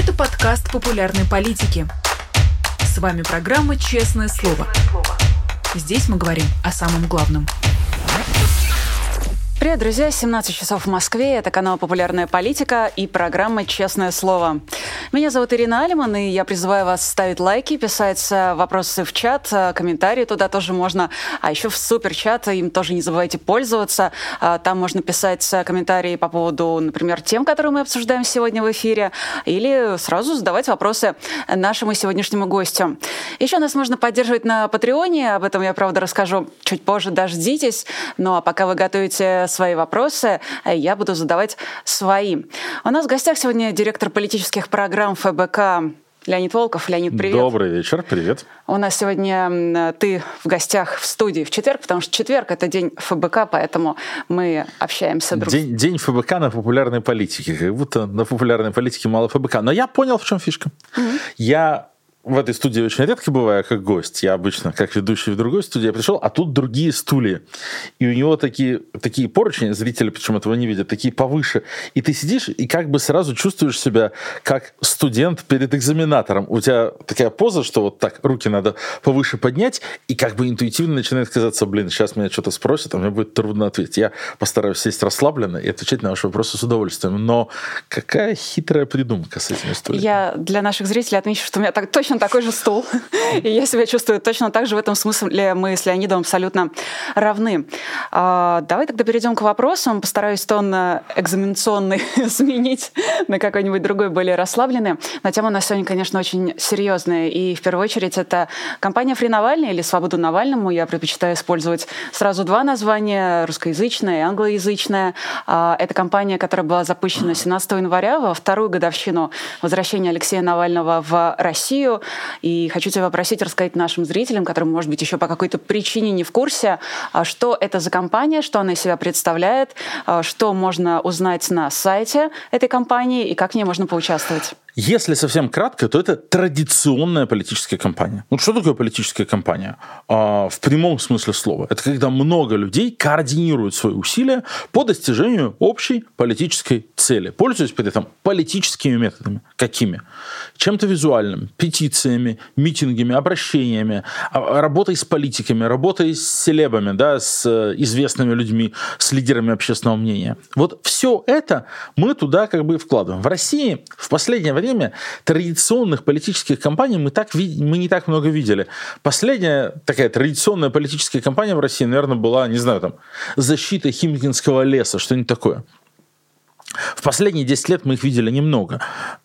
Это подкаст популярной политики. С вами программа «Честное слово». Здесь мы говорим о самом главном. Привет, друзья! 17 часов в Москве. Это канал «Популярная политика» и программа «Честное слово». Меня зовут Ирина Алиман, и я призываю вас ставить лайки, писать вопросы в чат, комментарии туда тоже можно. А еще в суперчат, им тоже не забывайте пользоваться. Там можно писать комментарии по поводу, например, тем, которые мы обсуждаем сегодня в эфире, или сразу задавать вопросы нашему сегодняшнему гостю. Еще нас можно поддерживать на Патреоне. Об этом я, правда, расскажу чуть позже. Дождитесь. Ну а пока вы готовите свои вопросы, я буду задавать свои. У нас в гостях сегодня директор политических программ ФБК Леонид Волков. Леонид, привет. Добрый вечер, привет. У нас сегодня ты в гостях в студии в четверг, потому что четверг — это день ФБК, поэтому мы общаемся друг с другом. День ФБК на популярной политике. Как будто на популярной политике мало ФБК. Но я понял, в чем фишка. Я в этой студии очень редко бываю как гость. Я обычно как ведущий в другой студии. Я пришел, а тут другие стулья. И у него такие поручни, зрители причем этого не видят, такие повыше. И ты сидишь и как бы сразу чувствуешь себя как студент перед экзаменатором. У тебя такая поза, что вот так руки надо повыше поднять, и как бы интуитивно начинает казаться, сейчас меня что-то спросят, а мне будет трудно ответить. Я постараюсь сесть расслабленно и отвечать на ваши вопросы с удовольствием. Но какая хитрая придумка с этими стульями. Я для наших зрителей отмечу, что у меня точно такой же стул. И я себя чувствую точно так же. В этом смысле мы с Леонидом абсолютно равны. Давай тогда перейдем к вопросам. Постараюсь тон экзаменационный сменить на какой-нибудь другой, более расслабленный. Но тема у нас сегодня, конечно, очень серьезная. И в первую очередь это кампания «Фри Навальный» или «Свободу Навальному». Я предпочитаю использовать сразу два названия: русскоязычное и англоязычное. Это кампания, которая была запущена 17 января, во вторую годовщину возвращения Алексея Навального в Россию. И хочу тебя попросить рассказать нашим зрителям, которые, может быть, еще по какой-то причине не в курсе, что это за компания, что она из себя представляет, что можно узнать на сайте этой компании и как в ней можно поучаствовать. Если совсем кратко, то это традиционная политическая кампания. Вот что такое политическая кампания? В прямом смысле слова. Это когда много людей координируют свои усилия по достижению общей политической цели, пользуясь при этом политическими методами. Какими? Чем-то визуальным, петициями, митингами, обращениями, работой с политиками, работой с селебами, с известными людьми, с лидерами общественного мнения. Вот все это мы туда как бы вкладываем. В России в последнее время традиционных политических кампаний мы не так много видели. Последняя такая традиционная политическая кампания в России, наверное, была, защита Химкинского леса, что-нибудь такое. В последние 10 лет мы их видели немного.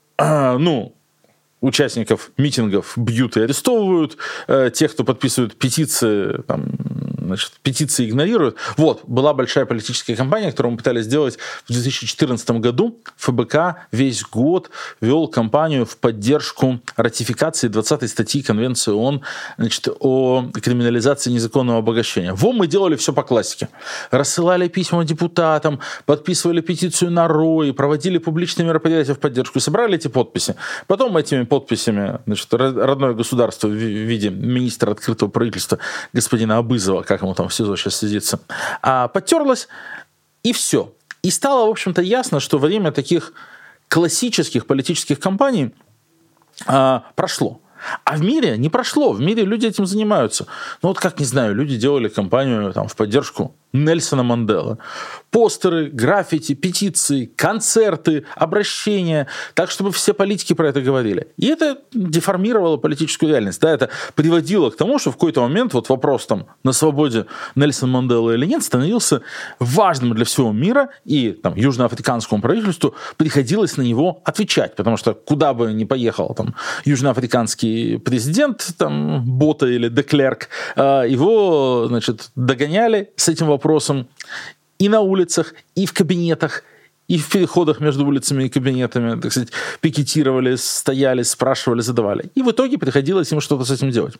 Участников митингов бьют и арестовывают, тех, кто подписывают петиции, петиции игнорируют. Была большая политическая кампания, которую мы пытались сделать в 2014 году. ФБК весь год вел кампанию в поддержку ратификации 20-й статьи Конвенции ООН о криминализации незаконного обогащения. Мы делали все по классике. Рассылали письма депутатам, подписывали петицию на РОИ, проводили публичные мероприятия в поддержку, собрали эти подписи. Потом этими подписями родное государство в виде министра открытого правительства господина Абызова, как ему там в СИЗО сейчас сидится, подтерлось, и все. И стало, в общем-то, ясно, что время таких классических политических кампаний прошло. А в мире не прошло. В мире люди этим занимаются. Люди делали кампанию в поддержку Нельсона Манделы. Постеры, граффити, петиции, концерты, обращения. Так, чтобы все политики про это говорили. И это деформировало политическую реальность. Это приводило к тому, что в какой-то момент вопрос на свободе Нельсона Манделы или нет становился важным для всего мира. И южноафриканскому правительству приходилось на него отвечать. Потому что куда бы ни поехал южноафриканский президент, Бота или Деклерк, его догоняли с этим вопросом и на улицах, и в кабинетах, и в переходах между улицами и кабинетами, пикетировали, стояли, спрашивали, задавали. И в итоге приходилось им что-то с этим делать.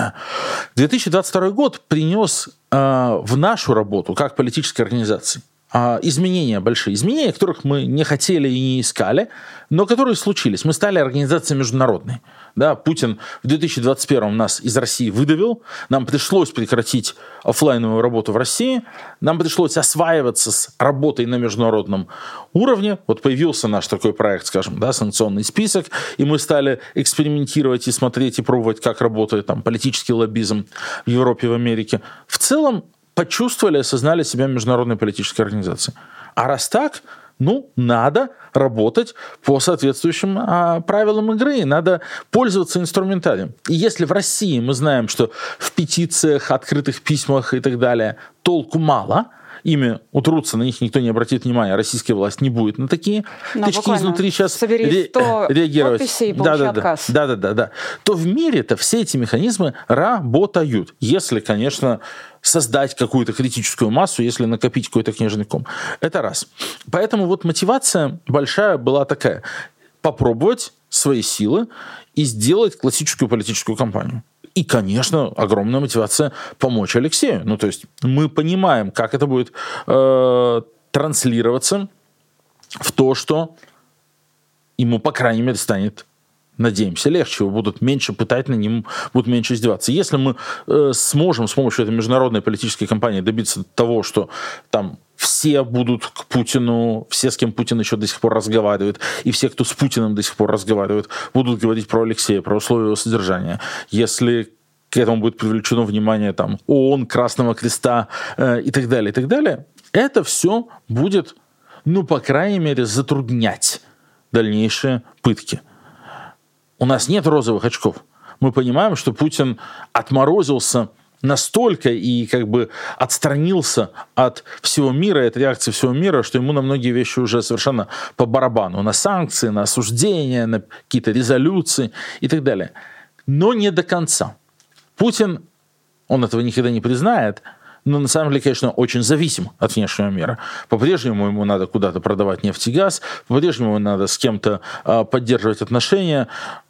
2022 год принес в нашу работу, как политической организации, изменения большие. Изменения, которых мы не хотели и не искали, но которые случились. Мы стали организацией международной. Да, Путин в 2021 нас из России выдавил, нам пришлось прекратить офлайновую работу в России, нам пришлось осваиваться с работой на международном уровне. Вот появился наш такой проект, скажем, да, санкционный список, и мы стали экспериментировать и смотреть, и пробовать, как работает там политический лоббизм в Европе и в Америке. В целом почувствовали, осознали себя международной политической организацией. А раз так, надо работать по соответствующим правилам игры, надо пользоваться инструментарием. И если в России мы знаем, что в петициях, открытых письмах и так далее толку мало, ими утрутся, на них никто не обратит внимания, российская власть не будет на такие тычки изнутри сейчас реагировать. Подписей и получи отказ. Да. То в мире-то все эти механизмы работают, если, конечно, создать какую-то критическую массу, если накопить какой-то книжный ком. Это раз. Поэтому вот мотивация большая была такая. Попробовать свои силы и сделать классическую политическую кампанию. И, конечно, огромная мотивация помочь Алексею. То есть мы понимаем, как это будет транслироваться в то, что ему, по крайней мере, станет, надеемся, легче. Его будут меньше пытать, на ним будут меньше издеваться. Если мы сможем с помощью этой международной политической кампании добиться того, что там все будут к Путину, все, с кем Путин еще до сих пор разговаривает, и все, кто с Путиным до сих пор разговаривает, будут говорить про Алексея, про условия его содержания. Если к этому будет привлечено внимание там, ООН, Красного Креста и так далее, это все будет, по крайней мере, затруднять дальнейшие пытки. У нас нет розовых очков. Мы понимаем, что Путин отморозился настолько и отстранился от всего мира, от реакции всего мира, что ему на многие вещи уже совершенно по барабану. На санкции, на осуждения, на какие-то резолюции и так далее. Но не до конца. Путин, он этого никогда не признает, но на самом деле, конечно, очень зависим от внешнего мира. По-прежнему ему надо куда-то продавать нефть и газ, по-прежнему ему надо с кем-то поддерживать отношения.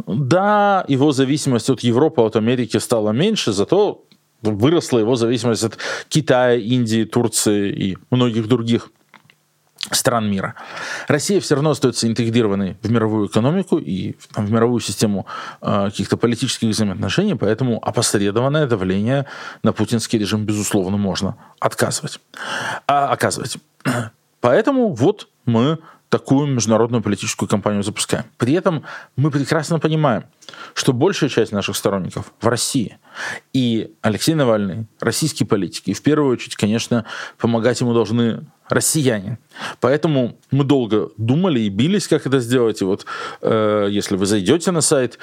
Да, его зависимость от Европы, от Америки стала меньше, зато выросла его зависимость от Китая, Индии, Турции и многих других стран мира. Россия все равно остается интегрированной в мировую экономику и в мировую систему каких-то политических взаимоотношений, поэтому опосредованное давление на путинский режим, безусловно, можно оказывать. Поэтому вот мы такую международную политическую кампанию запускаем. При этом мы прекрасно понимаем, что большая часть наших сторонников в России. И Алексей Навальный, российские политики, и в первую очередь, конечно, помогать ему должны россияне. Поэтому мы долго думали и бились, как это сделать. И вот если вы зайдете на сайт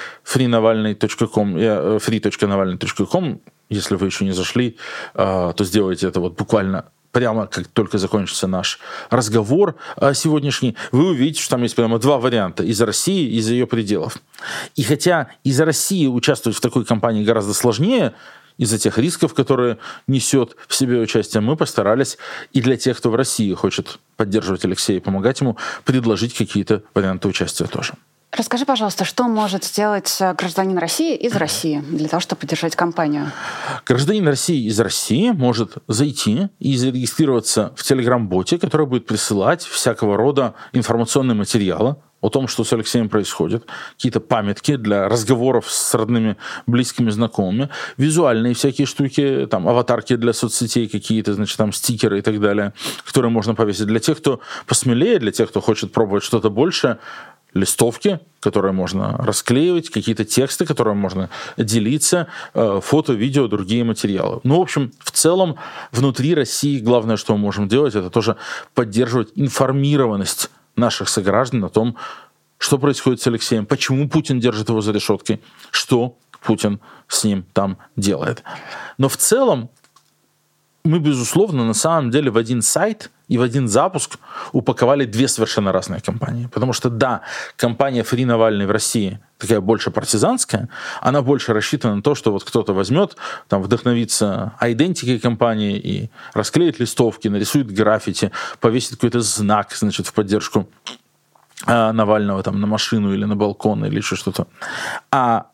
free.navalny.com, если вы еще не зашли, то сделайте это вот буквально прямо как только закончится наш разговор сегодняшний, вы увидите, что там есть прямо два варианта: из России и из ее пределов. И хотя из России участвовать в такой кампании гораздо сложнее, из-за тех рисков, которые несет в себе участие, мы постарались и для тех, кто в России хочет поддерживать Алексея и помогать ему, предложить какие-то варианты участия тоже. Расскажи, пожалуйста, что может сделать гражданин России из России для того, чтобы поддержать кампанию? Гражданин России из России может зайти и зарегистрироваться в Telegram-боте, который будет присылать всякого рода информационные материалы о том, что с Алексеем происходит, какие-то памятки для разговоров с родными, близкими, знакомыми, визуальные всякие штуки, там, аватарки для соцсетей какие-то, значит, там, стикеры и так далее, которые можно повесить. Для тех, кто посмелее, для тех, кто хочет пробовать что-то большее, листовки, которые можно расклеивать, какие-то тексты, которыми можно делиться, фото, видео, другие материалы. В общем, в целом, внутри России главное, что мы можем делать, это тоже поддерживать информированность наших сограждан о том, что происходит с Алексеем, почему Путин держит его за решеткой, что Путин с ним там делает. Но в целом мы, безусловно, на самом деле в один сайт и в один запуск упаковали две совершенно разные кампании. Потому что, да, кампания «Free Навальный» в России такая больше партизанская, она больше рассчитана на то, что вот кто-то возьмет, там, вдохновится айдентикой кампании и расклеит листовки, нарисует граффити, повесит какой-то знак, значит, в поддержку Навального там, на машину или на балкон или еще что-то. А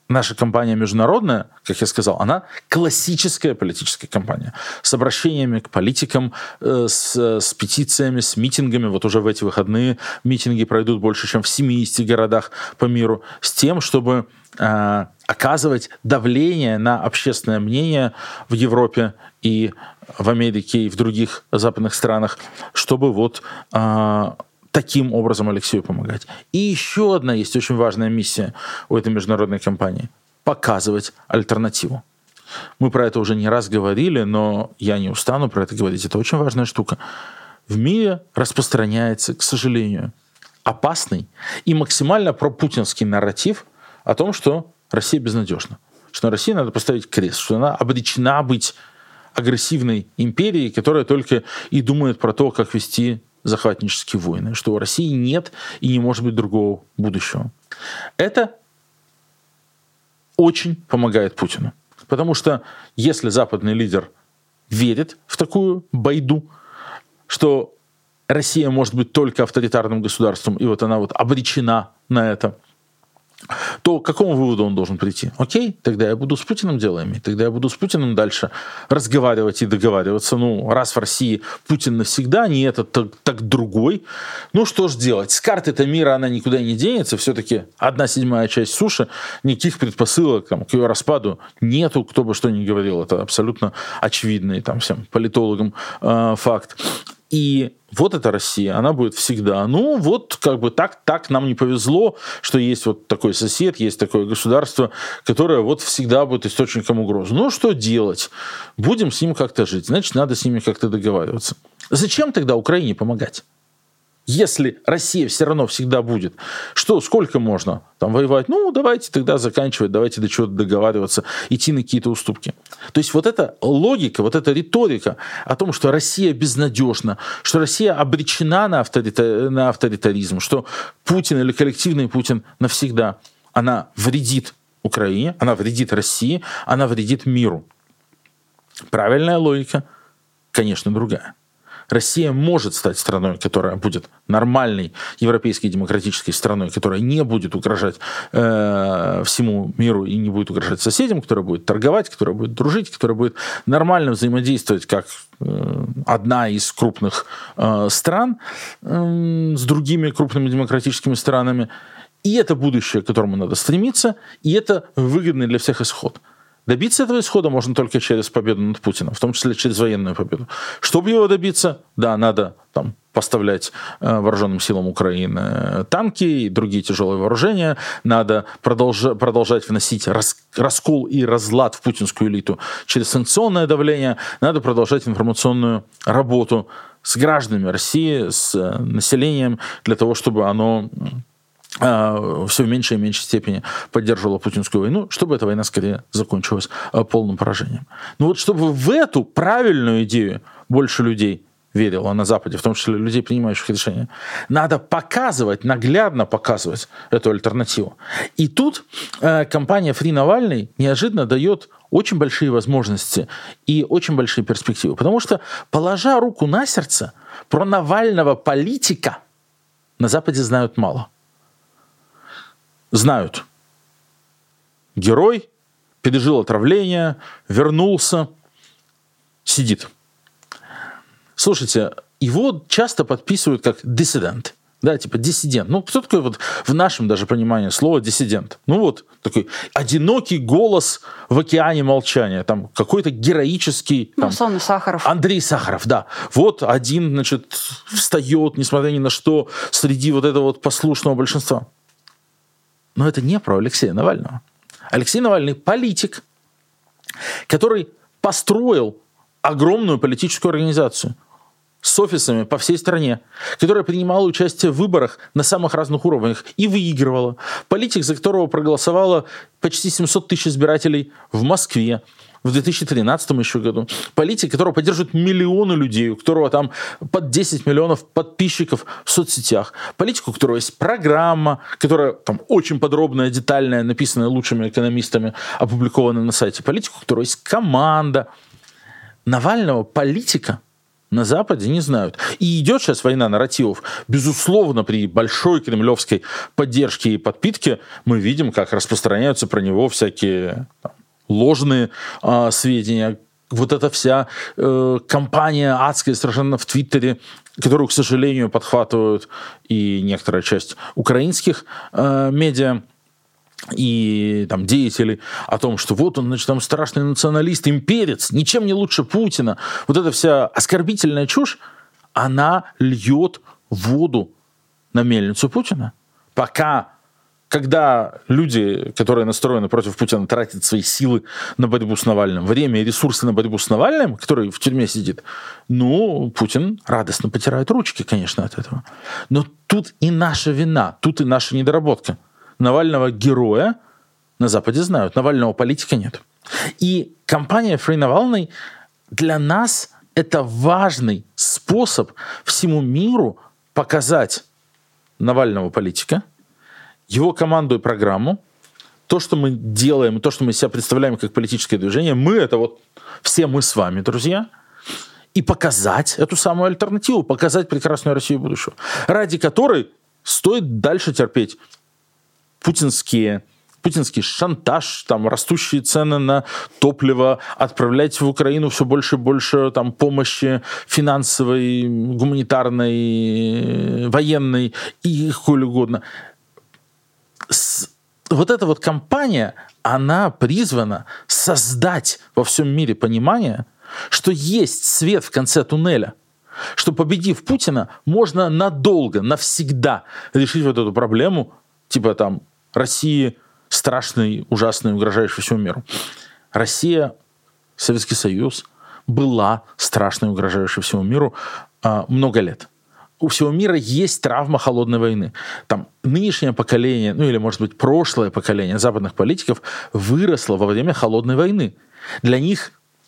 наша компания международная, как я сказал, она классическая политическая компания с обращениями к политикам, с петициями, с митингами. Вот уже в эти выходные митинги пройдут больше, чем в 70 городах по миру, с тем, чтобы оказывать давление на общественное мнение в Европе и в Америке и в других западных странах, чтобы вот таким образом Алексею помогать. И еще одна есть очень важная миссия у этой международной компании – показывать альтернативу. Мы про это уже не раз говорили, но я не устану про это говорить. Это очень важная штука. В мире распространяется, к сожалению, опасный и максимально пропутинский нарратив о том, что Россия безнадежна, что на России надо поставить крест, что она обречена быть агрессивной империей, которая только и думает про то, как вести захватнические войны, что у России нет и не может быть другого будущего. Это очень помогает Путину. Потому что если западный лидер верит в такую байду, что Россия может быть только авторитарным государством, и вот она вот обречена на это, то к какому выводу он должен прийти? Окей, тогда я буду с Путиным дело иметь, тогда я буду с Путиным дальше разговаривать и договариваться. Ну, раз в России Путин навсегда, не этот, так другой. Ну, что ж делать? С карты-то мира она никуда не денется. Все-таки 1/7 часть суши, никаких предпосылок к ее распаду нету, кто бы что ни говорил. Это абсолютно очевидный там всем политологам факт. И вот эта Россия, она будет всегда. Ну, вот как бы так нам не повезло, что есть вот такой сосед, есть такое государство, которое вот всегда будет источником угрозы. Ну, что делать? Будем с ним как-то жить. Значит, надо с ними как-то договариваться. Зачем тогда Украине помогать? Если Россия все равно всегда будет, что, сколько можно там воевать? Ну, давайте тогда заканчивать, давайте до чего-то договариваться, идти на какие-то уступки. То есть вот эта логика, вот эта риторика о том, что Россия безнадежна, что Россия обречена на авторитаризм, что Путин или коллективный Путин навсегда, она вредит Украине, она вредит России, она вредит миру. Правильная логика, конечно, другая. Россия может стать страной, которая будет нормальной европейской демократической страной, которая не будет угрожать всему миру и не будет угрожать соседям, которая будет торговать, которая будет дружить, которая будет нормально взаимодействовать как одна из крупных стран с другими крупными демократическими странами. И это будущее, к которому надо стремиться, и это выгодный для всех исход. Добиться этого исхода можно только через победу над Путиным, в том числе через военную победу. Чтобы его добиться, да, надо там поставлять вооруженным силам Украины танки и другие тяжелые вооружения, надо продолжать вносить раскол и разлад в путинскую элиту через санкционное давление, надо продолжать информационную работу с гражданами России, с населением, для того, чтобы оно все в меньшей и меньшей степени поддерживала путинскую войну, чтобы эта война скорее закончилась полным поражением. Но вот чтобы в эту правильную идею больше людей верило на Западе, в том числе людей, принимающих решения, надо показывать, наглядно показывать эту альтернативу. И тут компания Free Навальный неожиданно дает очень большие возможности и очень большие перспективы. Потому что, положа руку на сердце, про Навального политика на Западе знают мало. Знают. Герой, пережил отравление, вернулся, сидит. Слушайте, его часто подписывают как диссидент. Да, типа диссидент. Ну, кто такой вот в нашем даже понимании слова диссидент? Ну, вот такой одинокий голос в океане молчания. Там какой-то героический... Там, условно, Сахаров. Андрей Сахаров, да. Вот один, значит, встает, несмотря ни на что, среди вот этого вот послушного большинства. Но это не про Алексея Навального. Алексей Навальный политик, который построил огромную политическую организацию с офисами по всей стране, которая принимала участие в выборах на самых разных уровнях и выигрывала. Политик, за которого проголосовало почти 700 тысяч избирателей в Москве в 2013 еще году. Политик, которого поддерживают миллионы людей, у которого там под 10 миллионов подписчиков в соцсетях. Политик, у которого есть программа, которая там очень подробная, детальная, написанная лучшими экономистами, опубликована на сайте. Политик, у которого есть команда. Навального политика на Западе не знают. И идет сейчас война нарративов. Безусловно, при большой кремлевской поддержке и подпитке мы видим, как распространяются про него всякие ложные сведения. Вот эта вся кампания адская совершенно в Твиттере, которую, к сожалению, подхватывают и некоторая часть украинских медиа и там деятелей о том, что вот он, значит, там страшный националист, имперец, ничем не лучше Путина. Вот эта вся оскорбительная чушь, она льет воду на мельницу Путина. Когда люди, которые настроены против Путина, тратят свои силы на борьбу с Навальным, время и ресурсы на борьбу с Навальным, который в тюрьме сидит, Путин радостно потирает ручки, конечно, от этого. Но тут и наша вина, тут и наша недоработка. Навального героя на Западе знают, Навального политика нет. И кампания Free Navalny для нас это важный способ всему миру показать Навального политика, его команду и программу, то, что мы делаем, то, что мы себя представляем как политическое движение, это вот все мы с вами, друзья, и показать эту самую альтернативу, показать прекрасную Россию будущего, ради которой стоит дальше терпеть путинский шантаж, там, растущие цены на топливо, отправлять в Украину все больше и больше там, помощи финансовой, гуманитарной, военной и какой угодно. Вот эта вот кампания, она призвана создать во всем мире понимание, что есть свет в конце туннеля, что, победив Путина, можно надолго, навсегда решить вот эту проблему, типа там России страшной, ужасной, угрожающей всему миру. Россия, Советский Союз была страшной, угрожающей всему миру много лет. У всего мира есть травма холодной войны. Там нынешнее поколение, или, может быть, прошлое поколение западных политиков выросло во время холодной войны. Для них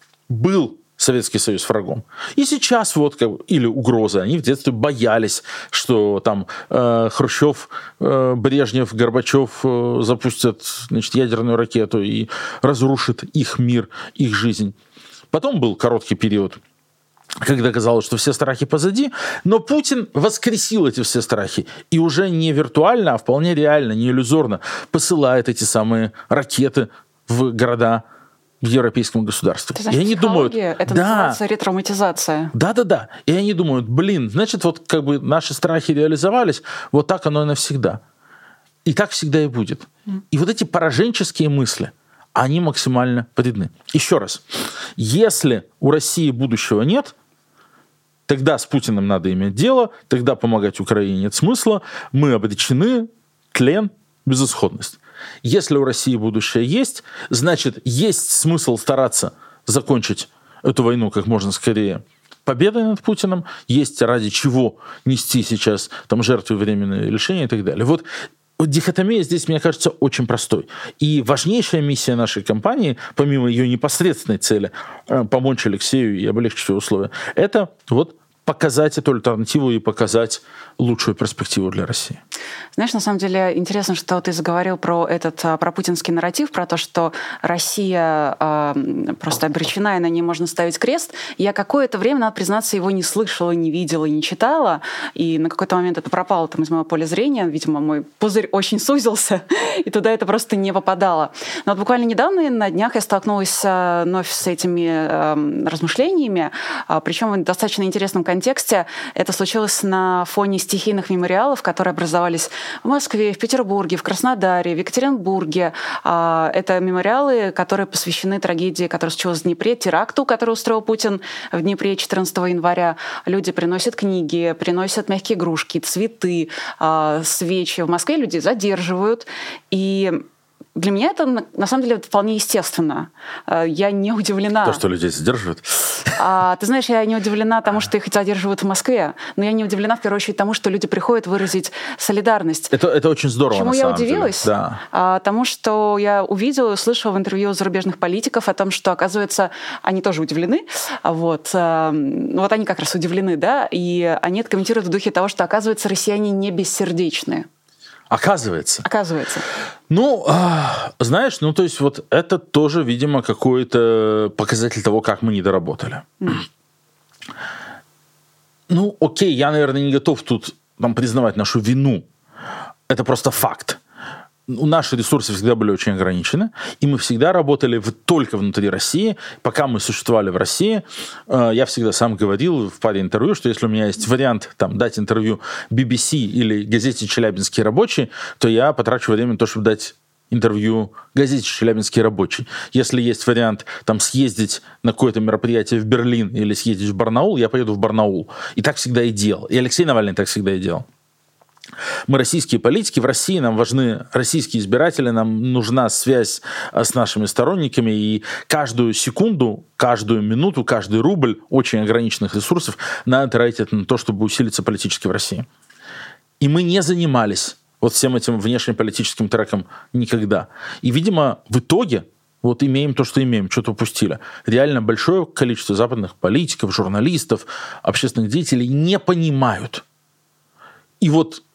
был Советский Союз врагом. И сейчас или угроза. Они в детстве боялись, что там Хрущев, Брежнев, Горбачев запустят, ядерную ракету и разрушит их мир, их жизнь. Потом был короткий период, когда казалось, что все страхи позади, но Путин воскресил эти все страхи. И уже не виртуально, а вполне реально, не иллюзорно посылает эти самые ракеты в города в европейском государстве. Ты знаешь, и они думают, это называется ретравматизация. Да. И они думают, значит, наши страхи реализовались, вот так оно и навсегда. И так всегда и будет. И вот эти пораженческие мысли, они максимально вредны. Еще раз, если у России будущего нет, тогда с Путиным надо иметь дело, тогда помогать Украине нет смысла, мы обречены, тлен, безысходность. Если у России будущее есть, значит, есть смысл стараться закончить эту войну как можно скорее победой над Путиным, есть ради чего нести сейчас жертвы, временные лишения и так далее. Вот дихотомия здесь, мне кажется, очень простой. И важнейшая миссия нашей кампании, помимо ее непосредственной цели помочь Алексею и облегчить его условия, это показать эту альтернативу и показать лучшую перспективу для России. Знаешь, на самом деле интересно, что ты заговорил про путинский нарратив, про то, что Россия просто обречена, и на ней можно ставить крест. Я какое-то время, надо признаться, его не слышала, не видела, не читала, и на какой-то момент это пропало из моего поля зрения. Видимо, мой пузырь очень сузился, и туда это просто не попадало. Но буквально недавно, на днях, я столкнулась вновь с этими размышлениями, причем в достаточно интересном контексте. Это случилось на фоне стихийных мемориалов, которые образовались в Москве, в Петербурге, в Краснодаре, в Екатеринбурге. Это мемориалы, которые посвящены трагедии, которая случилась в Днепре, теракту, который устроил Путин в Днепре 14 января. Люди приносят книги, приносят мягкие игрушки, цветы, свечи. В Москве люди задерживают. И для меня это, на самом деле, вполне естественно. Я не удивлена. То, что людей задерживают? Ты знаешь, я не удивлена тому, что их задерживают в Москве, но я не удивлена, в первую очередь, тому, что люди приходят выразить солидарность. Это очень здорово, Чему на самом деле. Чему я удивилась? Да. Тому, что я увидела и услышала в интервью зарубежных политиков о том, что, оказывается, они тоже удивлены. Вот они как раз удивлены, да, и они это комментируют в духе того, что, оказывается, россияне не бессердечные. Оказывается. Знаешь, то есть это тоже, видимо, какой-то показатель того, как мы недоработали. Ну, окей, я, наверное, не готов тут признавать нашу вину. Это просто факт. Наши ресурсы всегда были очень ограничены, и мы всегда работали только внутри России. Пока мы существовали в России, я всегда сам говорил в паре интервью, что если у меня есть вариант дать интервью BBC или газете «Челябинский рабочий», то я потрачу время на то, чтобы дать интервью газете «Челябинский рабочий». Если есть вариант съездить на какое-то мероприятие в Берлин или съездить в Барнаул, я поеду в Барнаул. И так всегда и делал. И Алексей Навальный так всегда и делал. Мы российские политики, в России нам важны российские избиратели, нам нужна связь с нашими сторонниками, и каждую секунду, каждую минуту, каждый рубль очень ограниченных ресурсов надо тратить на то, чтобы усилиться политически в России. И мы не занимались всем этим внешнеполитическим треком никогда. И, видимо, в итоге имеем то, что имеем, что-то упустили. Реально большое количество западных политиков, журналистов, общественных деятелей не понимают. И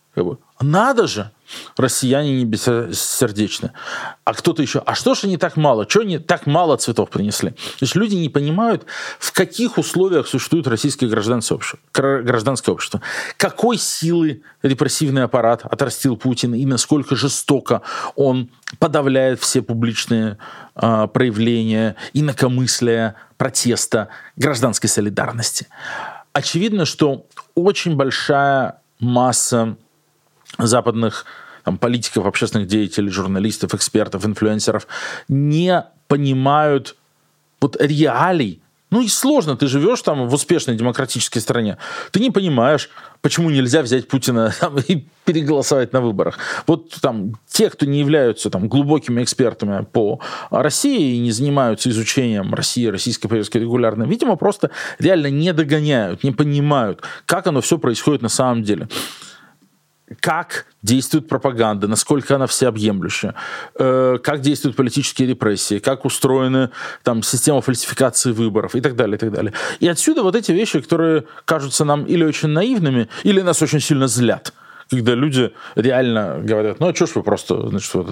надо же, россияне не бессердечны. А кто-то еще, а что же не так мало? Чего не так мало цветов принесли? То есть люди не понимают, в каких условиях существует российское гражданское общество. Какой силы репрессивный аппарат отрастил Путин и насколько жестоко он подавляет все публичные проявления инакомыслия, протеста, гражданской солидарности. Очевидно, что очень большая масса западных политиков, общественных деятелей, журналистов, экспертов, инфлюенсеров не понимают реалий. И сложно, ты живешь в успешной демократической стране, ты не понимаешь, почему нельзя взять Путина и переголосовать на выборах. Те, кто не являются глубокими экспертами по России и не занимаются изучением России, российской повестки регулярно, видимо, просто реально не догоняют, не понимают, как оно все происходит на самом деле. Как действует пропаганда, насколько она всеобъемлющая, как действуют политические репрессии, как устроена система фальсификации выборов и так далее, и так далее. И отсюда эти вещи, которые кажутся нам или очень наивными, или нас очень сильно злят, когда люди реально говорят, а что ж вы просто,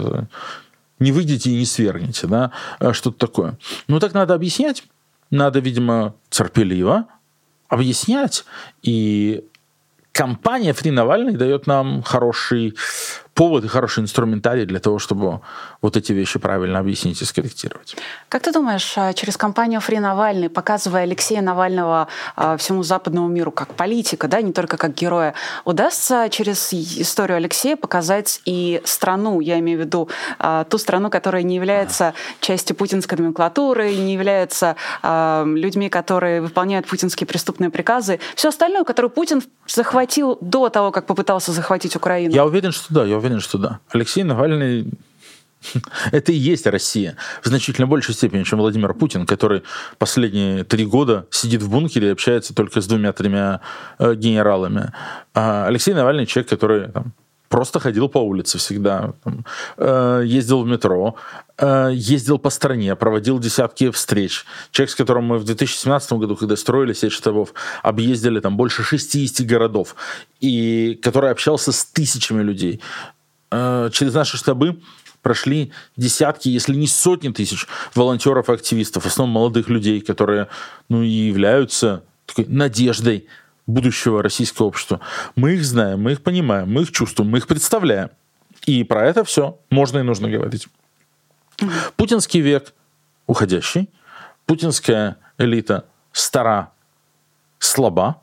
не выйдете и не свергнете, да, что-то такое. Так надо объяснять, надо, видимо, терпеливо объяснять, и кампания «Фри Навальный» дает нам хороший повод и хороший инструментарий для того, чтобы эти вещи правильно объяснить и скорректировать. Как ты думаешь, через кампанию «Фри Навальный», показывая Алексея Навального всему западному миру как политика, да, не только как героя, удастся через историю Алексея показать и страну, я имею в виду ту страну, которая не является частью путинской номенклатуры, не является людьми, которые выполняют путинские преступные приказы, все остальное, которое Путин захватил до того, как попытался захватить Украину? Я уверен, что да. Алексей Навальный — это и есть Россия. В значительно большей степени, чем Владимир Путин, который последние 3 года сидит в бункере и общается только с 2-3 генералами. А Алексей Навальный — человек, который просто ходил по улице всегда, ездил в метро, ездил по стране, проводил десятки встреч. Человек, с которым мы в 2017 году, когда строили сеть штабов, объездили больше 60 городов, и который общался с тысячами людей. Через наши штабы прошли десятки, если не сотни тысяч волонтеров и активистов, в основном молодых людей, которые и являются такой надеждой будущего российского общества. Мы их знаем, мы их понимаем, мы их чувствуем, мы их представляем. И про это все можно и нужно говорить. Путинский век уходящий, путинская элита стара, слаба,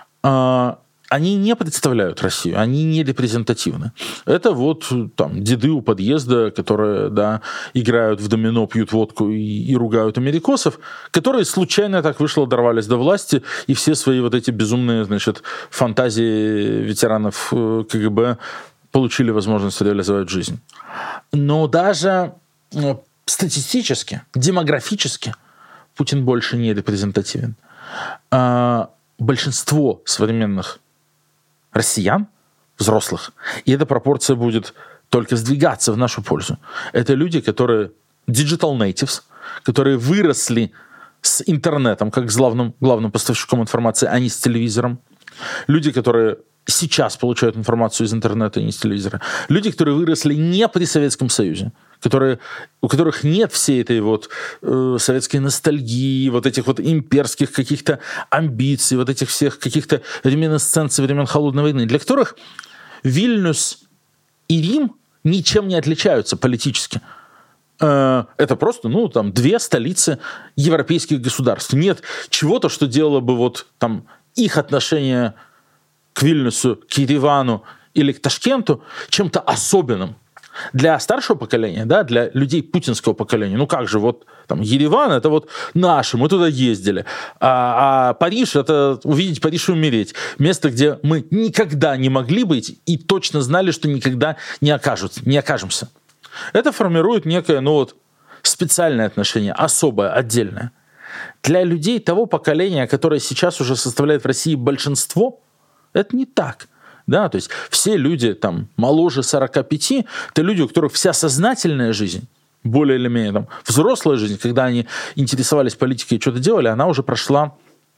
они не представляют Россию, они не репрезентативны. Это деды у подъезда, которые играют в домино, пьют водку и ругают америкосов, которые случайно так вышло, дорвались до власти, и все свои эти безумные, фантазии ветеранов КГБ получили возможность реализовать в жизнь. Но даже статистически, демографически Путин больше не репрезентативен. Большинство современных россиян, взрослых, и эта пропорция будет только сдвигаться в нашу пользу. Это люди, которые digital natives, которые выросли с интернетом, как с главным поставщиком информации, а не с телевизором. Люди, которые сейчас получают информацию из интернета и не из телевизора. Люди, которые выросли не при Советском Союзе, у которых нет всей этой вот советской ностальгии, вот этих вот имперских каких-то амбиций, вот этих всех каких-то реминесценций времен Холодной войны, для которых Вильнюс и Рим ничем не отличаются политически. Это просто, две столицы европейских государств. Нет чего-то, что делало бы вот там их отношение к Вильнюсу, к Еревану или к Ташкенту чем-то особенным. Для старшего поколения, да, для людей путинского поколения, как же, вот там Ереван, это вот наше, мы туда ездили, а Париж, это увидеть Париж и умереть. Место, где мы никогда не могли быть и точно знали, что никогда не окажемся. Это формирует некое, специальное отношение, особое, отдельное. Для людей того поколения, которое сейчас уже составляет в России большинство, это не так. Да, то есть все люди там моложе 45, это люди, у которых вся сознательная жизнь, более или менее там, взрослая жизнь, когда они интересовались политикой и что-то делали, она уже прошла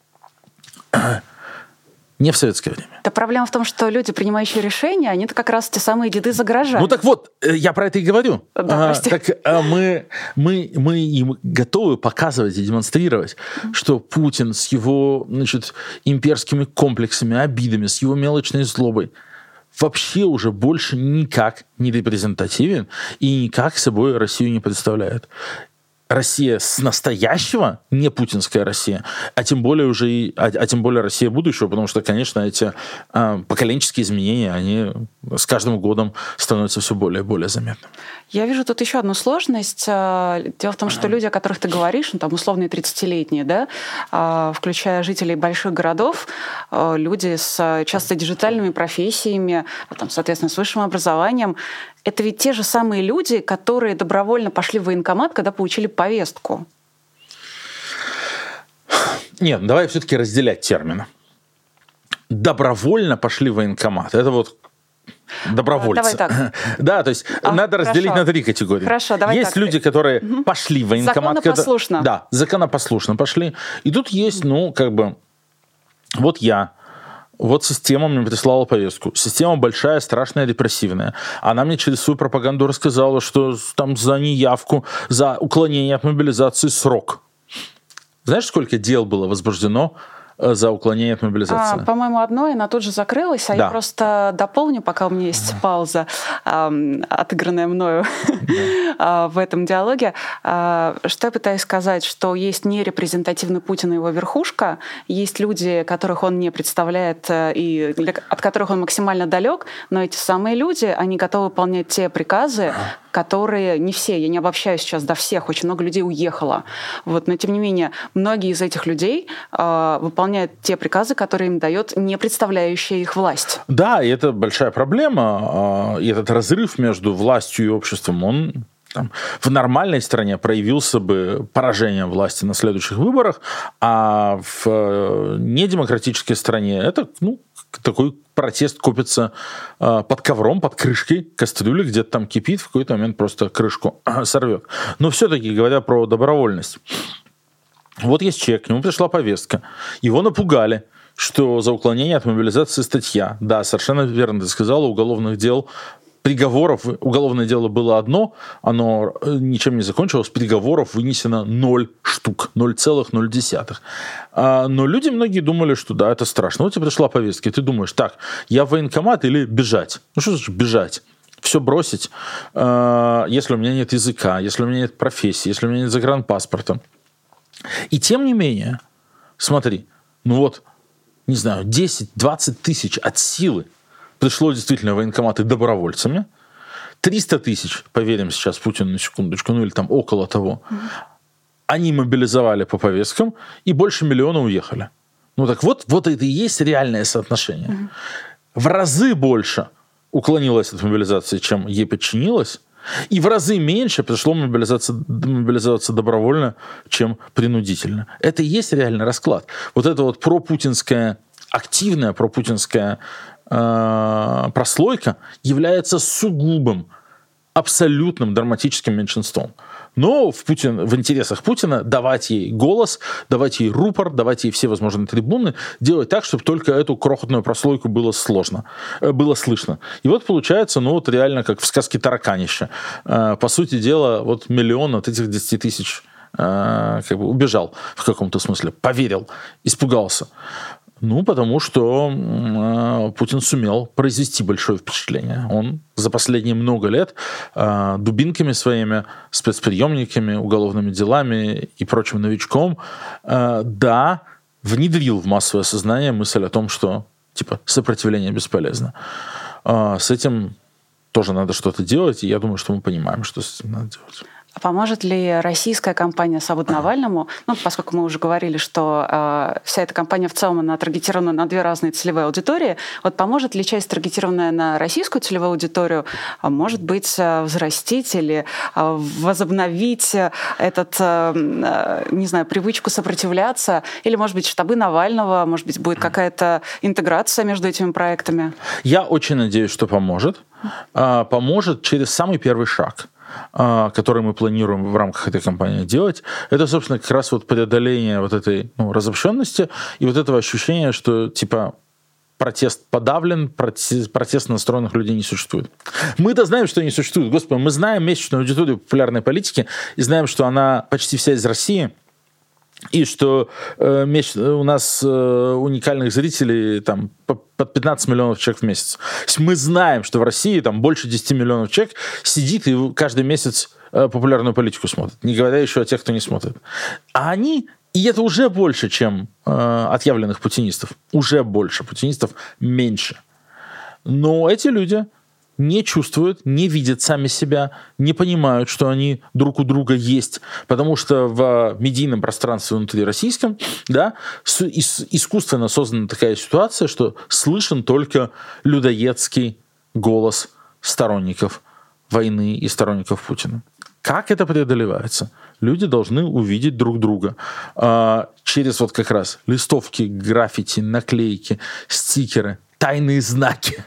не в советское время. Да, проблема в том, что люди, принимающие решения, они-то как раз те самые деды за гаражами. Так вот, я про это и говорю. Да, мы им готовы показывать и демонстрировать, что Путин с его, имперскими комплексами, обидами, с его мелочной злобой вообще уже больше никак не репрезентативен и никак собой Россию не представляет. Россия с настоящего, не путинская Россия, а тем более Россия будущего, потому что, конечно, эти поколенческие изменения, они с каждым годом становятся все более и более заметными. Я вижу тут еще одну сложность. Дело в том, что люди, о которых ты говоришь, условные 30-летние, да, включая жителей больших городов, люди с часто диджитальными профессиями, соответственно, с высшим образованием, это ведь те же самые люди, которые добровольно пошли в военкомат, когда получили повестку. Нет, давай все-таки разделять термины. Добровольно пошли в военкомат. Это вот добровольцы. Давай так. Да, то есть надо разделить на 3 категории. Хорошо, давай есть так. люди, которые пошли в военкомат. Законопослушно. Да, законопослушно пошли. И тут есть, вот я. Вот система мне прислала повестку. Система большая, страшная, репрессивная. Она мне через свою пропаганду рассказала, что там за неявку, за уклонение от мобилизации срок. Знаешь, сколько дел было возбуждено за уклонение от мобилизации? По-моему, одно, и она тут же закрылась. Да. Я просто дополню, пока у меня есть пауза, отыгранная мною в этом диалоге. Что я пытаюсь сказать? Что есть нерепрезентативный Путин и его верхушка, есть люди, которых он не представляет и от которых он максимально далек, но эти самые люди, они готовы выполнять те приказы, которые не все, я не обобщаю сейчас до всех, очень много людей уехало. Но тем не менее, многие из этих людей выполняют те приказы, которые им дает не представляющая их власть. Да, и это большая проблема. И этот разрыв между властью и обществом, он в нормальной стране проявился бы поражением власти на следующих выборах, а в недемократической стране это, такой протест копится под ковром, под крышкой кастрюли, где-то там кипит, в какой-то момент просто крышку сорвет. Но все-таки, говоря про добровольность, вот есть человек, к нему пришла повестка, его напугали, что за уклонение от мобилизации статья. Да, совершенно верно ты сказала, уголовных дел, приговоров, уголовное дело было одно, оно ничем не закончилось, приговоров вынесено 0 штук, 0,0. Но люди многие думали, что да, это страшно. Вот тебе пришла повестка, и ты думаешь, так, я в военкомат или бежать? Что значит бежать? Все бросить, если у меня нет языка, если у меня нет профессии, если у меня нет загранпаспорта. И тем не менее, смотри, 10-20 тысяч от силы пришло действительно в военкоматы добровольцами. 300 тысяч, поверим сейчас Путину на секундочку, или там около того, они мобилизовали по повесткам, и больше 1 миллиона уехали. Так вот это и есть реальное соотношение. В разы больше уклонилось от мобилизации, чем ей подчинилось, и в разы меньше пришло мобилизоваться добровольно, чем принудительно. Это и есть реальный расклад. Вот это вот пропутинская, активная пропутинская прослойка является сугубым, абсолютным драматическим меньшинством. Но в интересах Путина давать ей голос, давать ей рупор, давать ей все возможные трибуны, делать так, чтобы только эту крохотную прослойку было слышно. И вот получается, реально как в сказке «Тараканище». По сути дела, миллион от этих 10 тысяч убежал в каком-то смысле, поверил, испугался. Потому что Путин сумел произвести большое впечатление. Он за последние много лет дубинками своими, спецприемниками, уголовными делами и прочим новичком, внедрил в массовое сознание мысль о том, что сопротивление бесполезно. С этим тоже надо что-то делать, и я думаю, что мы понимаем, что с этим надо делать. А поможет ли российская кампания «Свобода Навальному», поскольку мы уже говорили, что вся эта кампания в целом она таргетирована на две разные целевые аудитории, поможет ли часть, таргетированная на российскую целевую аудиторию, может быть, взрастить или возобновить привычку сопротивляться, или, может быть, штабы Навального, может быть, будет какая-то интеграция между этими проектами? Я очень надеюсь, что поможет. Поможет через самый первый шаг, который мы планируем в рамках этой кампании делать, это, собственно, как раз преодоление этой разобщенности и этого ощущения, что, протест подавлен, протест настроенных людей не существует. Мы-то знаем, что не существует. Господи, мы знаем месячную аудиторию популярной политики и знаем, что она почти вся из России, и что у нас уникальных зрителей под 15 миллионов человек в месяц. Мы знаем, что в России больше 10 миллионов человек сидит и каждый месяц популярную политику смотрит, не говоря еще о тех, кто не смотрит. И это уже больше, чем отъявленных путинистов. Уже больше. Путинистов меньше. Но эти люди не чувствуют, не видят сами себя, не понимают, что они друг у друга есть, потому что в медийном пространстве внутри российском, искусственно создана такая ситуация, что слышен только людоедский голос сторонников войны и сторонников Путина. Как это преодолевается? Люди должны увидеть друг друга через как раз листовки, граффити, наклейки, стикеры, тайные знаки.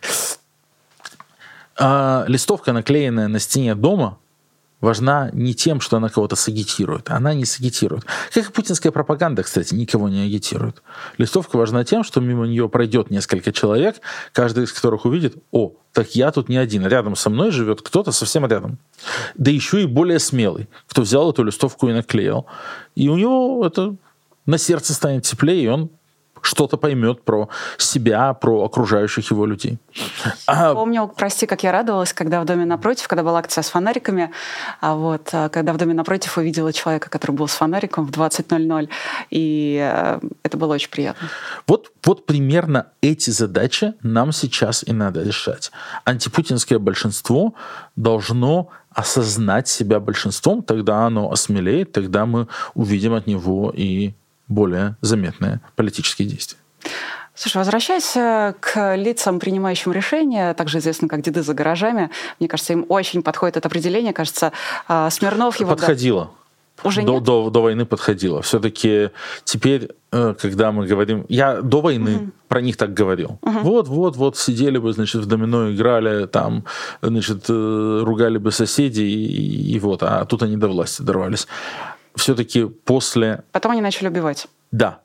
Листовка, наклеенная на стене дома, важна не тем, что она кого-то сагитирует. Она не сагитирует. Как и путинская пропаганда, кстати, никого не агитирует. Листовка важна тем, что мимо нее пройдет несколько человек, каждый из которых увидит: о, так я тут не один, рядом со мной живет кто-то совсем рядом. Да еще и более смелый, кто взял эту листовку и наклеил. И у него это на сердце станет теплее, и он что-то поймет про себя, про окружающих его людей. Помню, прости, как я радовалась, когда в доме напротив, когда была акция с фонариками, когда в доме напротив увидела человека, который был с фонариком в 20:00, и это было очень приятно. Вот примерно эти задачи нам сейчас и надо решать. Антипутинское большинство должно осознать себя большинством, тогда оно осмелеет, тогда мы увидим от него и более заметные политические действия. Слушай, возвращаясь к лицам, принимающим решения, также известным как деды за гаражами, мне кажется, им очень подходит это определение. Кажется, Смирнов его... Подходило. Уже нет? До войны подходило. Все-таки теперь, когда мы говорим... Я до войны про них так говорил. Вот, сидели бы, в домино играли, ругали бы соседей, а тут они до власти дорвались. Все-таки после... Потом они начали убивать. Да.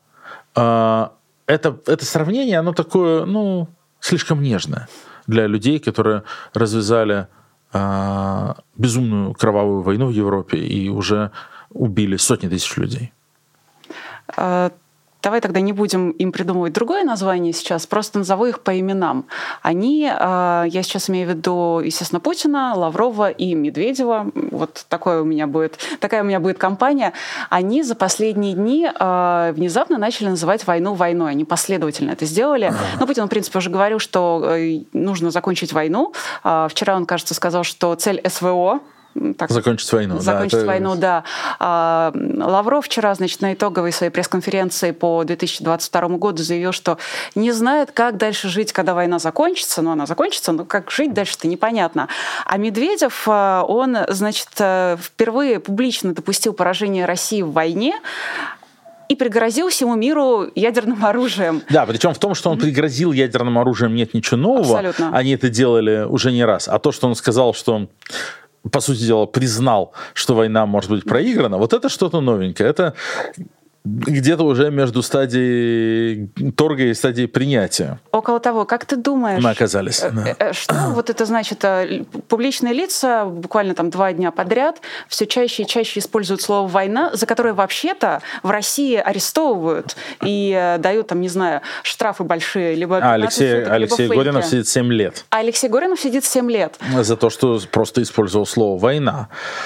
Это сравнение, оно такое, слишком нежное для людей, которые развязали безумную кровавую войну в Европе и уже убили сотни тысяч людей. Давай тогда не будем им придумывать другое название сейчас, просто назову их по именам. Они, я сейчас имею в виду, естественно, Путина, Лаврова и Медведева. Такая у меня будет кампания. Они за последние дни внезапно начали называть войну войной. Они последовательно это сделали. Путин, в принципе, уже говорил, что нужно закончить войну. Вчера он, кажется, сказал, что цель СВО — закончить войну. Войну, да. Лавров вчера, на итоговой своей пресс-конференции по 2022 году заявил, что не знает, как дальше жить, когда война закончится. Она закончится, но как жить дальше-то непонятно. А Медведев, он, впервые публично допустил поражение России в войне и пригрозил всему миру ядерным оружием. Да, причем в том, что он пригрозил ядерным оружием, нет ничего нового. Абсолютно. Они это делали уже не раз. А то, что он сказал, что по сути дела, признал, что война может быть проиграна, вот это что-то новенькое. Это где-то уже между стадией торга и стадией принятия. Около того, как ты думаешь, мы оказались. Что вот это значит? Публичные лица буквально там 2 дня подряд все чаще и чаще используют слово «война», за которое вообще-то в России арестовывают и дают, там, не знаю, штрафы большие. Либо Алексей Горинов сидит 7 лет. А Алексей Горинов сидит 7 лет. За то, что просто использовал слово «война».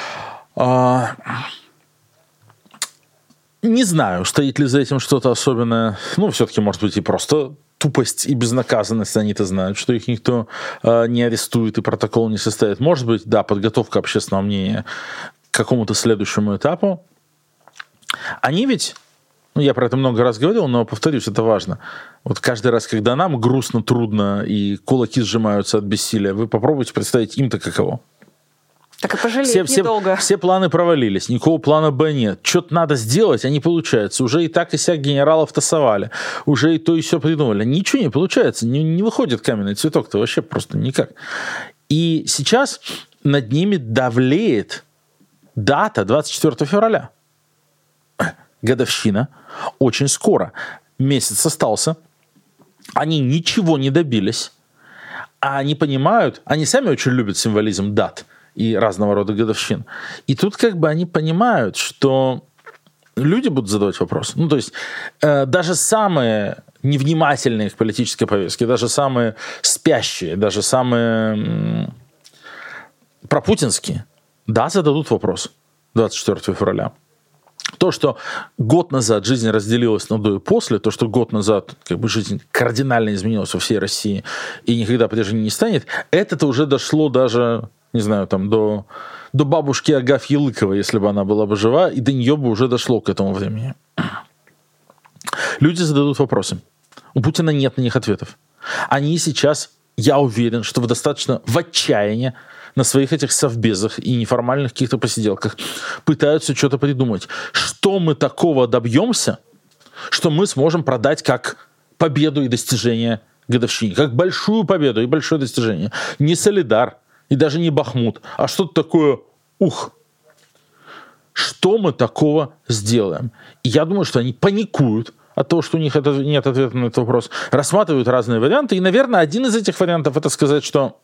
Не знаю, стоит ли за этим что-то особенное. Все-таки, может быть, и просто тупость и безнаказанность. Они-то знают, что их никто не арестует и протокол не составит. Может быть, да, подготовка общественного мнения к какому-то следующему этапу. Они ведь, я про это много раз говорил, но, повторюсь, это важно. Вот каждый раз, когда нам грустно, трудно и кулаки сжимаются от бессилия, вы попробуйте представить им-то каково. Так и пожалеть недолго. Все планы провалились, никакого плана Б нет. Что-то надо сделать, а не получается. Уже и так и сяк генералов тасовали, уже и то, и все придумали. Ничего не получается, не выходит каменный цветок-то вообще просто никак. И сейчас над ними давлеет дата 24 февраля. Годовщина. Очень скоро. Месяц остался. Они ничего не добились. А они понимают, они сами очень любят символизм дат и разного рода годовщин. И тут как бы они понимают, что люди будут задавать вопросы. То есть даже самые невнимательные к политической повестке, даже самые спящие, даже самые пропутинские, да, зададут вопрос 24 февраля. То, что год назад жизнь разделилась на до и после, то, что год назад как бы жизнь кардинально изменилась во всей России и никогда прежде не станет, это-то уже дошло даже, не знаю, там до бабушки Агафьи Лыковой, если бы она была бы жива, и до нее бы уже дошло к этому времени. Люди зададут вопросы. У Путина нет на них ответов. Они сейчас, я уверен, что в отчаянии на своих этих совбезах и неформальных каких-то посиделках пытаются что-то придумать. Что мы такого добьемся, что мы сможем продать как победу и достижение годовщине, как большую победу и большое достижение. Не Солидар и даже не Бахмут, а что-то такое Что мы такого сделаем? И я думаю, что они паникуют от того, что у них нет ответа на этот вопрос, рассматривают разные варианты, и, наверное, один из этих вариантов — это сказать, что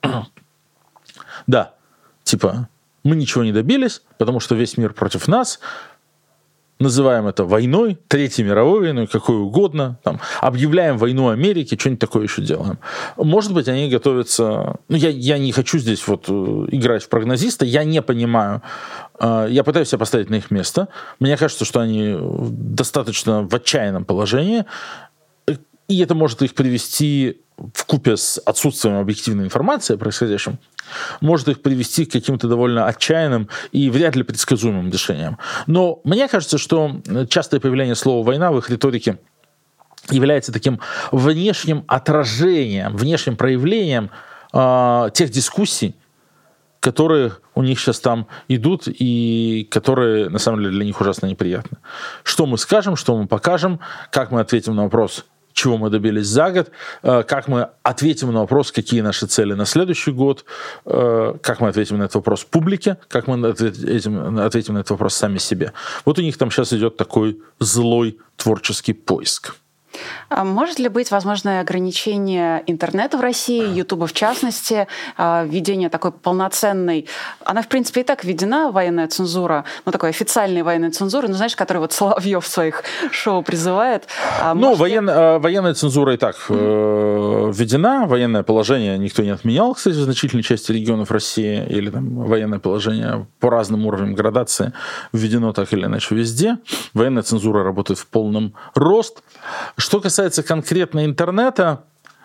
да, типа, мы ничего не добились, потому что весь мир против нас, называем это войной, Третьей мировой войной, какой угодно, там, объявляем войну Америке, что-нибудь такое еще делаем. Может быть, они готовятся... я не хочу здесь вот играть в прогнозиста, я не понимаю. Я пытаюсь себя поставить на их место. Мне кажется, что они достаточно в отчаянном положении, и это может их привести вкупе с отсутствием объективной информации о происходящем, может их привести к каким-то довольно отчаянным и вряд ли предсказуемым решениям. Но мне кажется, что частое появление слова «война» в их риторике является таким внешним отражением, внешним проявлением тех дискуссий, которые у них сейчас там идут и которые, на самом деле, для них ужасно неприятны. Что мы скажем, что мы покажем, как мы ответим на вопрос, чего мы добились за год, как мы ответим на вопрос, какие наши цели на следующий год, как мы ответим на этот вопрос публике, как мы ответим на этот вопрос сами себе. Вот у них там сейчас идет такой злой творческий поиск. Может ли быть возможное ограничение интернета в России, Ютуба в частности, введение такой полноценной... Она, в принципе, и так введена, военная цензура, такой официальной военной цензуры, знаешь, которую вот Соловьев в своих шоу призывает. Военная цензура и так введена, военное положение никто не отменял, кстати, в значительной части регионов России, или там военное положение по разным уровням градации введено так или иначе везде. Военная цензура работает в полном рост. Что касается конкретно интернета,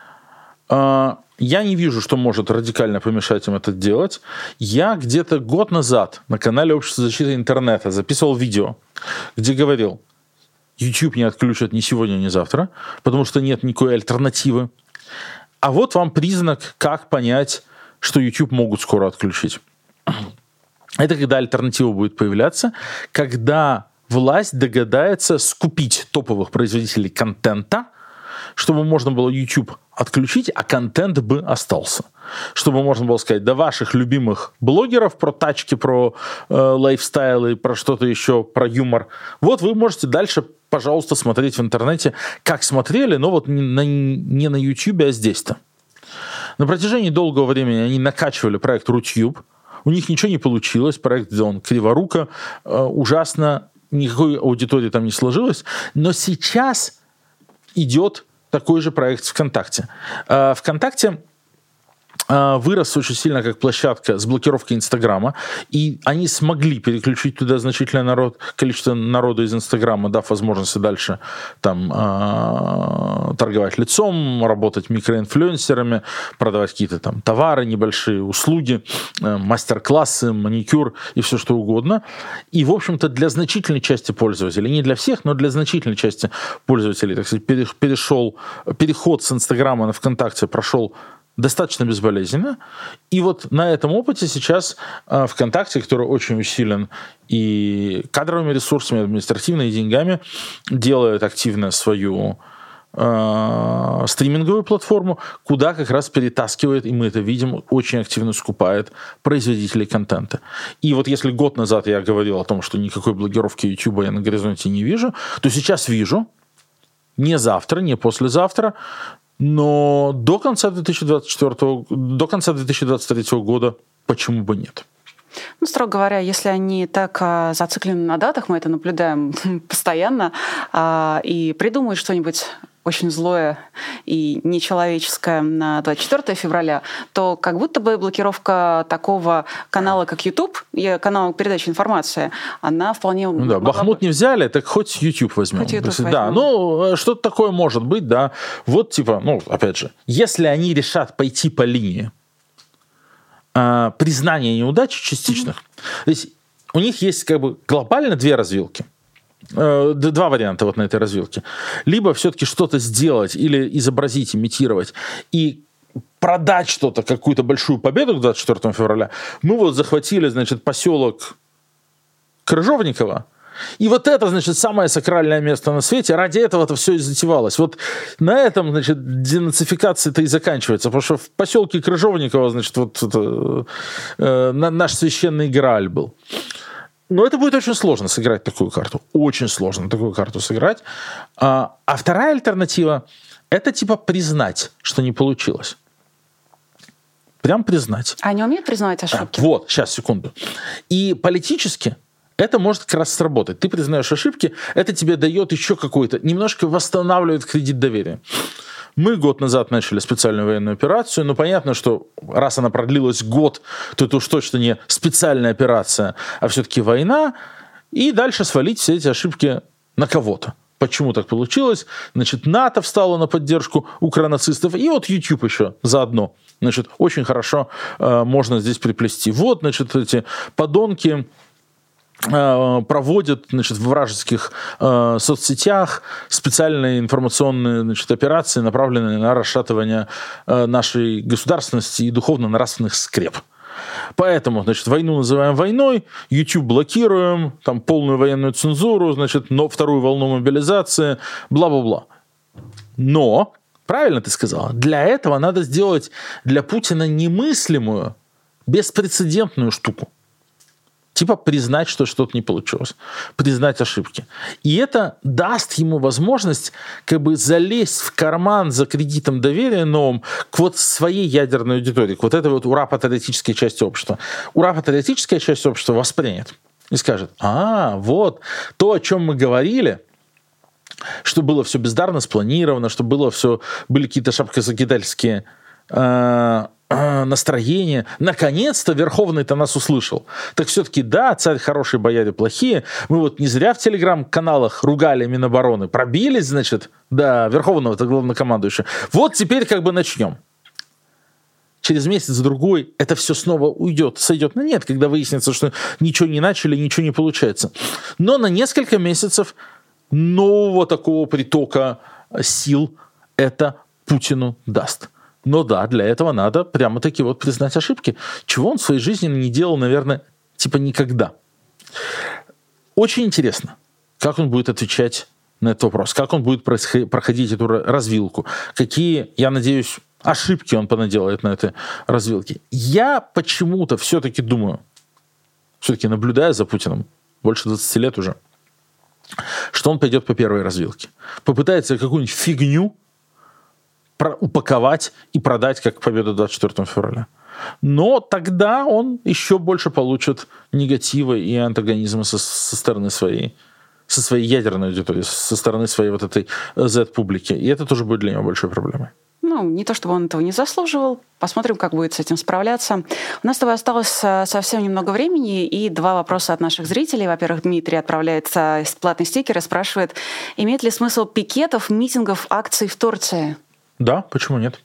я не вижу, что может радикально помешать им это делать. Я где-то год назад на канале Общества защиты интернета записывал видео, где говорил, YouTube не отключат ни сегодня, ни завтра, потому что нет никакой альтернативы. А вот вам признак, как понять, что YouTube могут скоро отключить. Это когда альтернатива будет появляться, когда власть догадается скупить топовых производителей контента, чтобы можно было YouTube отключить, а контент бы остался. Чтобы можно было сказать, до ваших любимых блогеров про тачки, про лайфстайлы, про что-то еще, про юмор. Вот вы можете дальше, пожалуйста, смотреть в интернете, как смотрели, но вот не на YouTube, а здесь-то. На протяжении долгого времени они накачивали проект Рутюб. У них ничего не получилось, проект сделан криворуко, ужасно, никакой аудитории там не сложилось. Но сейчас идет такой же проект ВКонтакте. ВКонтакте вырос очень сильно как площадка с блокировкой Инстаграма, и они смогли переключить туда значительное количество народа из Инстаграма, дав возможность дальше там торговать лицом, работать микроинфлюенсерами, продавать какие-то там товары небольшие, услуги, мастер-классы, маникюр и все что угодно. И, в общем-то, для значительной части пользователей, не для всех, но для значительной части пользователей, так сказать, переход с Инстаграма на ВКонтакте прошел достаточно безболезненно. И вот на этом опыте сейчас ВКонтакте, который очень усилен и кадровыми ресурсами, и административными, и деньгами, делает активно свою стриминговую платформу, куда как раз перетаскивает, и мы это видим, очень активно скупает производителей контента. И вот если год назад я говорил о том, что никакой блокировки YouTube я на горизонте не вижу, то сейчас вижу. Не завтра, не послезавтра, но до конца 2023 года почему бы нет? Ну, строго говоря, если они так зациклены на датах, мы это наблюдаем постоянно, и придумают что-нибудь очень злое и нечеловеческое на 24 февраля, то как будто бы блокировка такого канала, как YouTube, и канала передачи информации, она вполне... Ну да, Бахмут не взяли, так хоть YouTube возьмем. Хоть YouTube возьмем. Да, ну, что-то такое может быть, да. Вот, типа, ну, опять же, если они решат пойти по линии признания неудач частичных, то есть у них есть как бы глобально две развилки. Два варианта вот на этой развилке. Либо все-таки что-то сделать или изобразить, имитировать и продать что-то, какую-то большую победу к 24 февраля. Мы вот захватили, значит, поселок Крыжовниково, и вот это, значит, самое сакральное место на свете. Ради этого это все и затевалось. Вот на этом, значит, денацификация-то и заканчивается. Потому что в поселке Крыжовниково, значит, вот это, наш священный Грааль был. Но это будет очень сложно сыграть такую карту. Очень сложно такую карту сыграть. А вторая альтернатива – это типа признать, что не получилось. Прям признать. Они умеют признавать ошибки? Вот, сейчас, секунду. И политически это может как раз сработать. Ты признаешь ошибки, это тебе дает еще какой-то, немножко восстанавливает кредит доверия. Мы год назад начали специальную военную операцию, но понятно, что раз она продлилась год, то это уж точно не специальная операция, а все-таки война, и дальше свалить все эти ошибки на кого-то. Почему так получилось? Значит, НАТО встало на поддержку укронацистов, и вот YouTube еще заодно. Значит, очень хорошо можно здесь приплести. Вот, значит, эти подонки проводят, значит, в вражеских соцсетях специальные информационные, значит, операции, направленные на расшатывание нашей государственности и духовно-нравственных скреп. Поэтому, значит, войну называем войной, YouTube блокируем, там полную военную цензуру, значит, но вторую волну мобилизации, бла-бла-бла. Но, правильно ты сказала, для этого надо сделать для Путина немыслимую, беспрецедентную штуку. Типа признать, что что-то не получилось. Признать ошибки. И это даст ему возможность как бы залезть в карман за кредитом доверия новым к вот своей ядерной аудитории, к вот этой вот ура-патриотической части общества. Ура-патриотическая часть общества воспринят и скажет: вот то, о чем мы говорили, что было все бездарно спланировано, что было все, были какие-то шапкозакидательские настроение. Наконец-то Верховный-то нас услышал. Так все-таки да, царь хороший, бояре плохие. Мы вот не зря в телеграм-каналах ругали Минобороны. Пробились, значит, да, Верховного-то главнокомандующего. Вот теперь как бы начнем. Через месяц-другой это все снова уйдет, сойдет на нет, когда выяснится, что ничего не начали, ничего не получается. Но на несколько месяцев нового такого притока сил это Путину даст. Но да, для этого надо прямо-таки вот признать ошибки, чего он в своей жизни не делал, наверное, типа никогда. Очень интересно, как он будет отвечать на этот вопрос, как он будет проходить эту развилку, какие, я надеюсь, ошибки он понаделает на этой развилке. Я почему-то все-таки думаю, все-таки наблюдая за Путиным, больше 20 лет уже, что он пойдет по первой развилке. Попытается какую-нибудь фигню упаковать и продать как победу 24 февраля. Но тогда он еще больше получит негатива и антагонизма со стороны своей ядерной аудитории, со стороны своей вот этой Z-публики. И это тоже будет для него большой проблемой. Не то чтобы он этого не заслуживал. Посмотрим, как будет с этим справляться. У нас с тобой осталось совсем немного времени, и 2 вопроса от наших зрителей. Во-первых, Дмитрий отправляет платный стикер и спрашивает, имеет ли смысл пикетов, митингов, акций в Турции? Да, почему нет?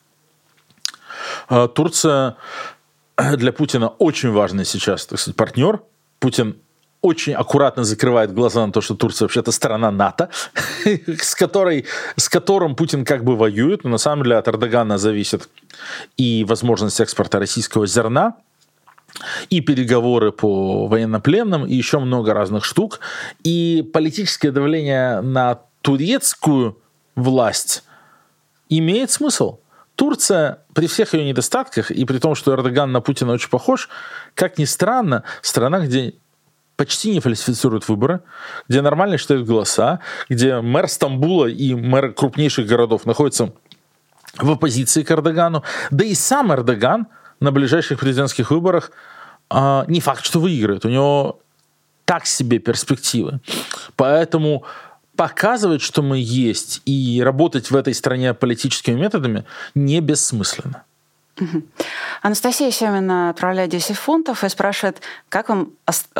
Турция для Путина очень важный сейчас, так сказать, партнер. Путин очень аккуратно закрывает глаза на то, что Турция вообще-то страна НАТО, с которым Путин как бы воюет, но на самом деле от Эрдогана зависит и возможность экспорта российского зерна, и переговоры по военнопленным, и еще много разных штук. И политическое давление на турецкую власть имеет смысл. Турция, при всех ее недостатках, и при том, что Эрдоган на Путина очень похож, как ни странно, страна, где почти не фальсифицируют выборы, где нормально считают голоса, где мэр Стамбула и мэр крупнейших городов находятся в оппозиции к Эрдогану. Да и сам Эрдоган на ближайших президентских выборах не факт, что выиграет. У него так себе перспективы. Поэтому показывать, что мы есть, и работать в этой стране политическими методами не бессмысленно. Анастасия Семина отправляет 10 фунтов и спрашивает, как вам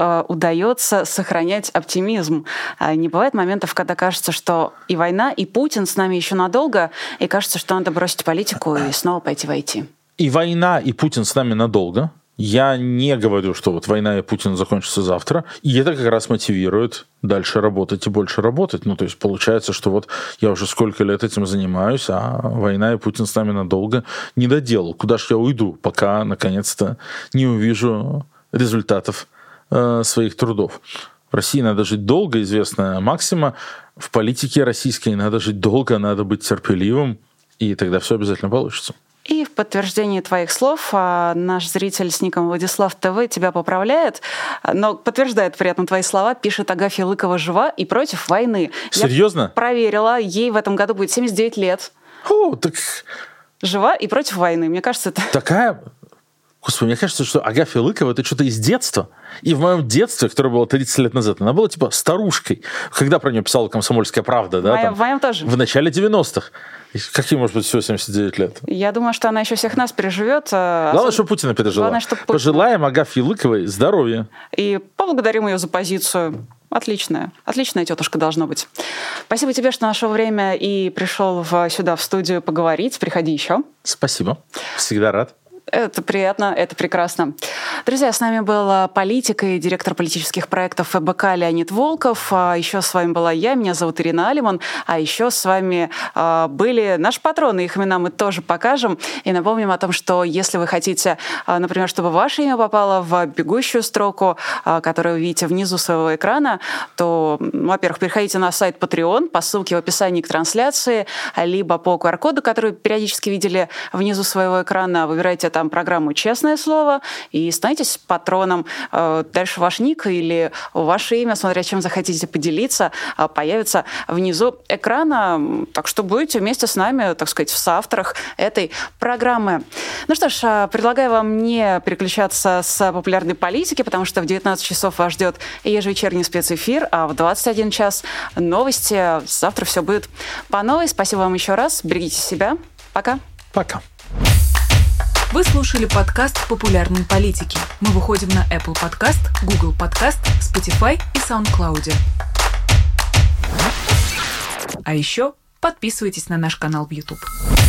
удается сохранять оптимизм? Не бывает моментов, когда кажется, что и война, и Путин с нами еще надолго, и кажется, что надо бросить политику и снова пойти в IT? И война, и Путин с нами надолго. Я не говорю, что вот война и Путин закончатся завтра, и это как раз мотивирует дальше работать и больше работать. То есть получается, что вот я уже сколько лет этим занимаюсь, а война и Путин с нами надолго не доделал. Куда ж я уйду, пока наконец-то не увижу результатов своих трудов. В России надо жить долго, известная максима. В политике российской надо жить долго, надо быть терпеливым, и тогда все обязательно получится. И в подтверждение твоих слов наш зритель с ником Владислав ТВ тебя поправляет, но подтверждает при этом твои слова, пишет: Агафья Лыкова жива и против войны. Серьезно? Я проверила, ей в этом году будет 79 лет. О, так... Жива и против войны. Мне кажется, это... Такая... Господи, мне кажется, что Агафья Лыкова — это что-то из детства. И в моем детстве, которое было 30 лет назад, она была типа старушкой. Когда про нее писала «Комсомольская правда», да? В моем тоже. В начале 90-х. Как ей может быть всего 79 лет? Я думаю, что она еще всех нас переживет. Главное, что Путина пережила. Главное, что Путина. Пожелаем Агафье Лыковой здоровья. И поблагодарим ее за позицию. Отличная. Отличная тетушка должна быть. Спасибо тебе, что нашел время и пришел сюда, в студию, поговорить. Приходи еще. Спасибо. Всегда рад. Это приятно, это прекрасно. Друзья, с нами был политик и директор политических проектов ФБК Леонид Волков. Еще с вами была я, меня зовут Ирина Алиман. А еще с вами были наши патроны, их имена мы тоже покажем. И напомним о том, что если вы хотите, например, чтобы ваше имя попало в бегущую строку, которую вы видите внизу своего экрана, то, во-первых, переходите на сайт Patreon по ссылке в описании к трансляции, либо по QR-коду, который периодически видели внизу своего экрана. Выбирайте там программу «Честное слово» и становитесь патроном. Дальше ваш ник или ваше имя, смотря чем захотите поделиться, появится внизу экрана. Так что будете вместе с нами, так сказать, в соавторах этой программы. Ну что ж, предлагаю вам не переключаться с популярной политики, потому что в 19 часов вас ждет ежевечерний спецэфир, а в 21 час новости. Завтра все будет по новой. Спасибо вам еще раз. Берегите себя. Пока. Пока. Вы слушали подкаст «Популярные политики». Мы выходим на Apple Podcast, Google Podcast, Spotify и SoundCloud. А еще подписывайтесь на наш канал в YouTube.